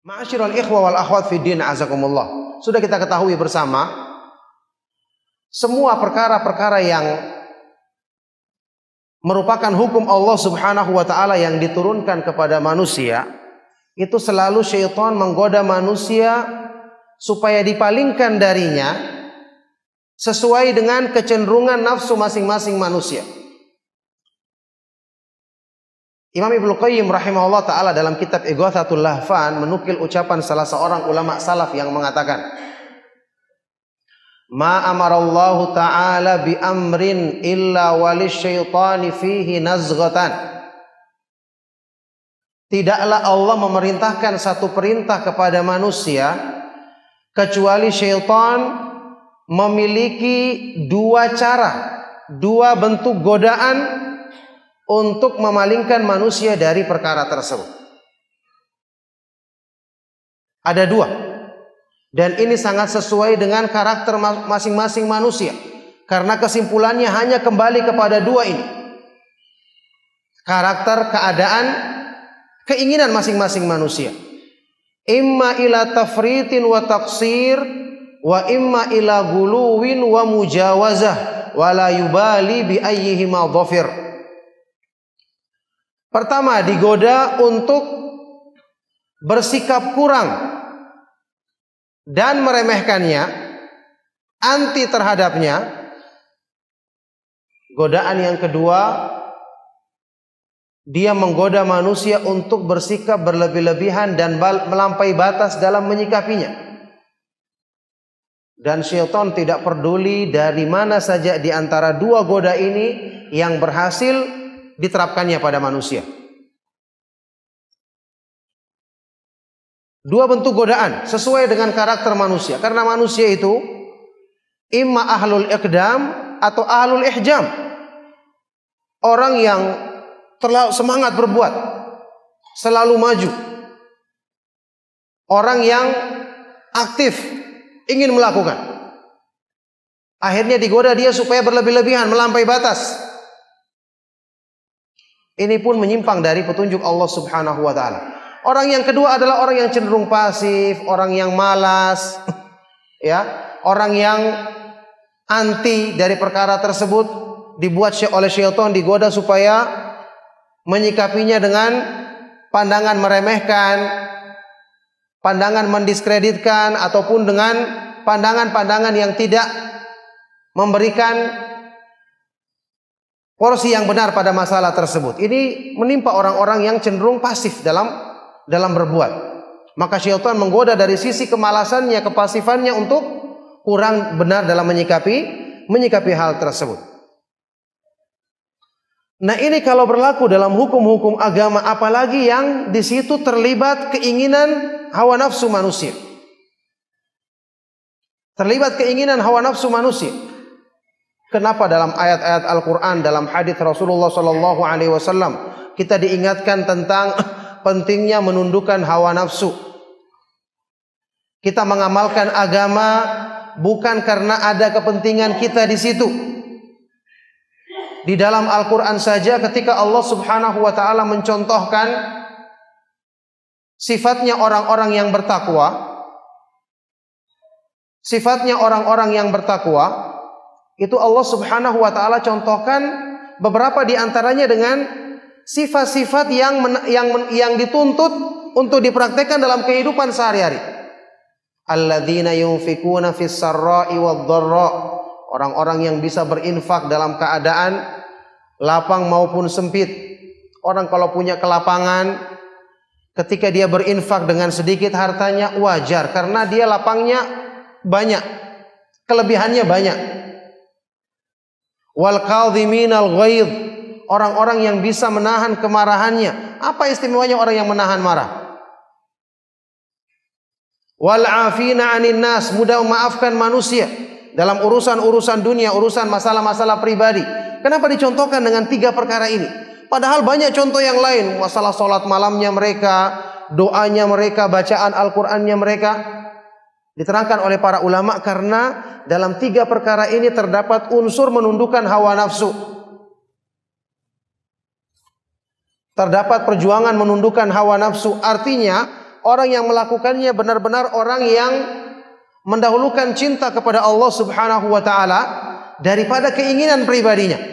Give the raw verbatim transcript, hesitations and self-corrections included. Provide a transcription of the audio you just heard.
Ma'asyiral ikhwa wal akhwat fid din, azakumullah. Sudah kita ketahui bersama, semua perkara-perkara yang merupakan hukum Allah Subhanahu wa taala yang diturunkan kepada manusia, itu selalu syaitan menggoda manusia supaya dipalingkan darinya sesuai dengan kecenderungan nafsu masing-masing manusia. Imam Ibnu Qayyim rahimahullah ta'ala dalam kitab Ighatsatul Lahfan menukil ucapan salah seorang ulama salaf yang mengatakan, ma amarallahu ta'ala bi amrin illa walisyaitani fihi nazghatan. Tidaklah Allah memerintahkan satu perintah kepada manusia kecuali syaitan memiliki dua cara, dua bentuk godaan untuk memalingkan manusia dari perkara tersebut. Ada dua. Dan ini sangat sesuai dengan karakter masing-masing manusia. Karena kesimpulannya hanya kembali kepada dua ini. Karakter, keadaan, keinginan masing-masing manusia. Imma ila tafritin wa taqsir, wa imma ila guluwin wa mujawazah, wa la yubali bi ayyihima dhafir. Pertama, digoda untuk bersikap kurang dan meremehkannya, anti terhadapnya. Godaan yang kedua, dia menggoda manusia untuk bersikap berlebih-lebihan dan melampaui batas dalam menyikapinya. Dan syaitan tidak peduli dari mana saja di antara dua goda ini yang berhasil diterapkannya pada manusia. Dua bentuk godaan sesuai dengan karakter manusia. Karena manusia itu imma ahlul iqdam atau ahlul ihjam. Orang yang terlalu semangat berbuat, selalu maju. Orang yang aktif, ingin melakukan. Akhirnya digoda dia supaya berlebih-lebihan, melampaui batas. Ini pun menyimpang dari petunjuk Allah Subhanahu wa taala. Orang yang kedua adalah orang yang cenderung pasif, orang yang malas, ya, orang yang anti dari perkara tersebut, dibuat oleh syaitan, digoda supaya menyikapinya dengan pandangan meremehkan, pandangan mendiskreditkan, ataupun dengan pandangan-pandangan yang tidak memberikan porsi yang benar pada masalah tersebut. Ini menimpa orang-orang yang cenderung pasif dalam dalam berbuat. Maka syaitan menggoda dari sisi kemalasannya, kepasifannya untuk kurang benar dalam menyikapi menyikapi hal tersebut. Nah, ini kalau berlaku dalam hukum-hukum agama, apalagi yang di situ terlibat keinginan hawa nafsu manusia. Terlibat keinginan hawa nafsu manusia. Kenapa dalam ayat-ayat Al-Quran, dalam hadis Rasulullah Sallallahu Alaihi Wasallam kita diingatkan tentang pentingnya menundukkan hawa nafsu. Kita mengamalkan agama bukan karena ada kepentingan kita di situ. Di dalam Al-Quran saja ketika Allah Subhanahu Wa Taala mencontohkan sifatnya orang-orang yang bertakwa, sifatnya orang-orang yang bertakwa. Itu Allah Subhanahu wa taala contohkan beberapa di antaranya dengan sifat-sifat yang men, yang yang dituntut untuk dipraktekkan dalam kehidupan sehari-hari. Alladzina yunfikuna fis sarra'i wad dharra. Orang-orang yang bisa berinfak dalam keadaan lapang maupun sempit. Orang kalau punya kelapangan, ketika dia berinfak dengan sedikit hartanya wajar karena dia lapangnya banyak, kelebihannya banyak. Wal kadhiminal ghaidh, orang-orang yang bisa menahan kemarahannya. Apa istimewanya orang yang menahan marah? Wal afina 'anil nas, mudah memaafkan manusia dalam urusan-urusan dunia, urusan masalah-masalah pribadi. Kenapa dicontohkan dengan tiga perkara ini? Padahal banyak contoh yang lain, masalah salat malamnya mereka, doanya mereka, bacaan Al-Qur'annya mereka. Diterangkan oleh para ulama karena dalam tiga perkara ini terdapat unsur menundukkan hawa nafsu. Terdapat perjuangan menundukkan hawa nafsu. Artinya orang yang melakukannya benar-benar orang yang mendahulukan cinta kepada Allah Subhanahu wa taala daripada keinginan pribadinya.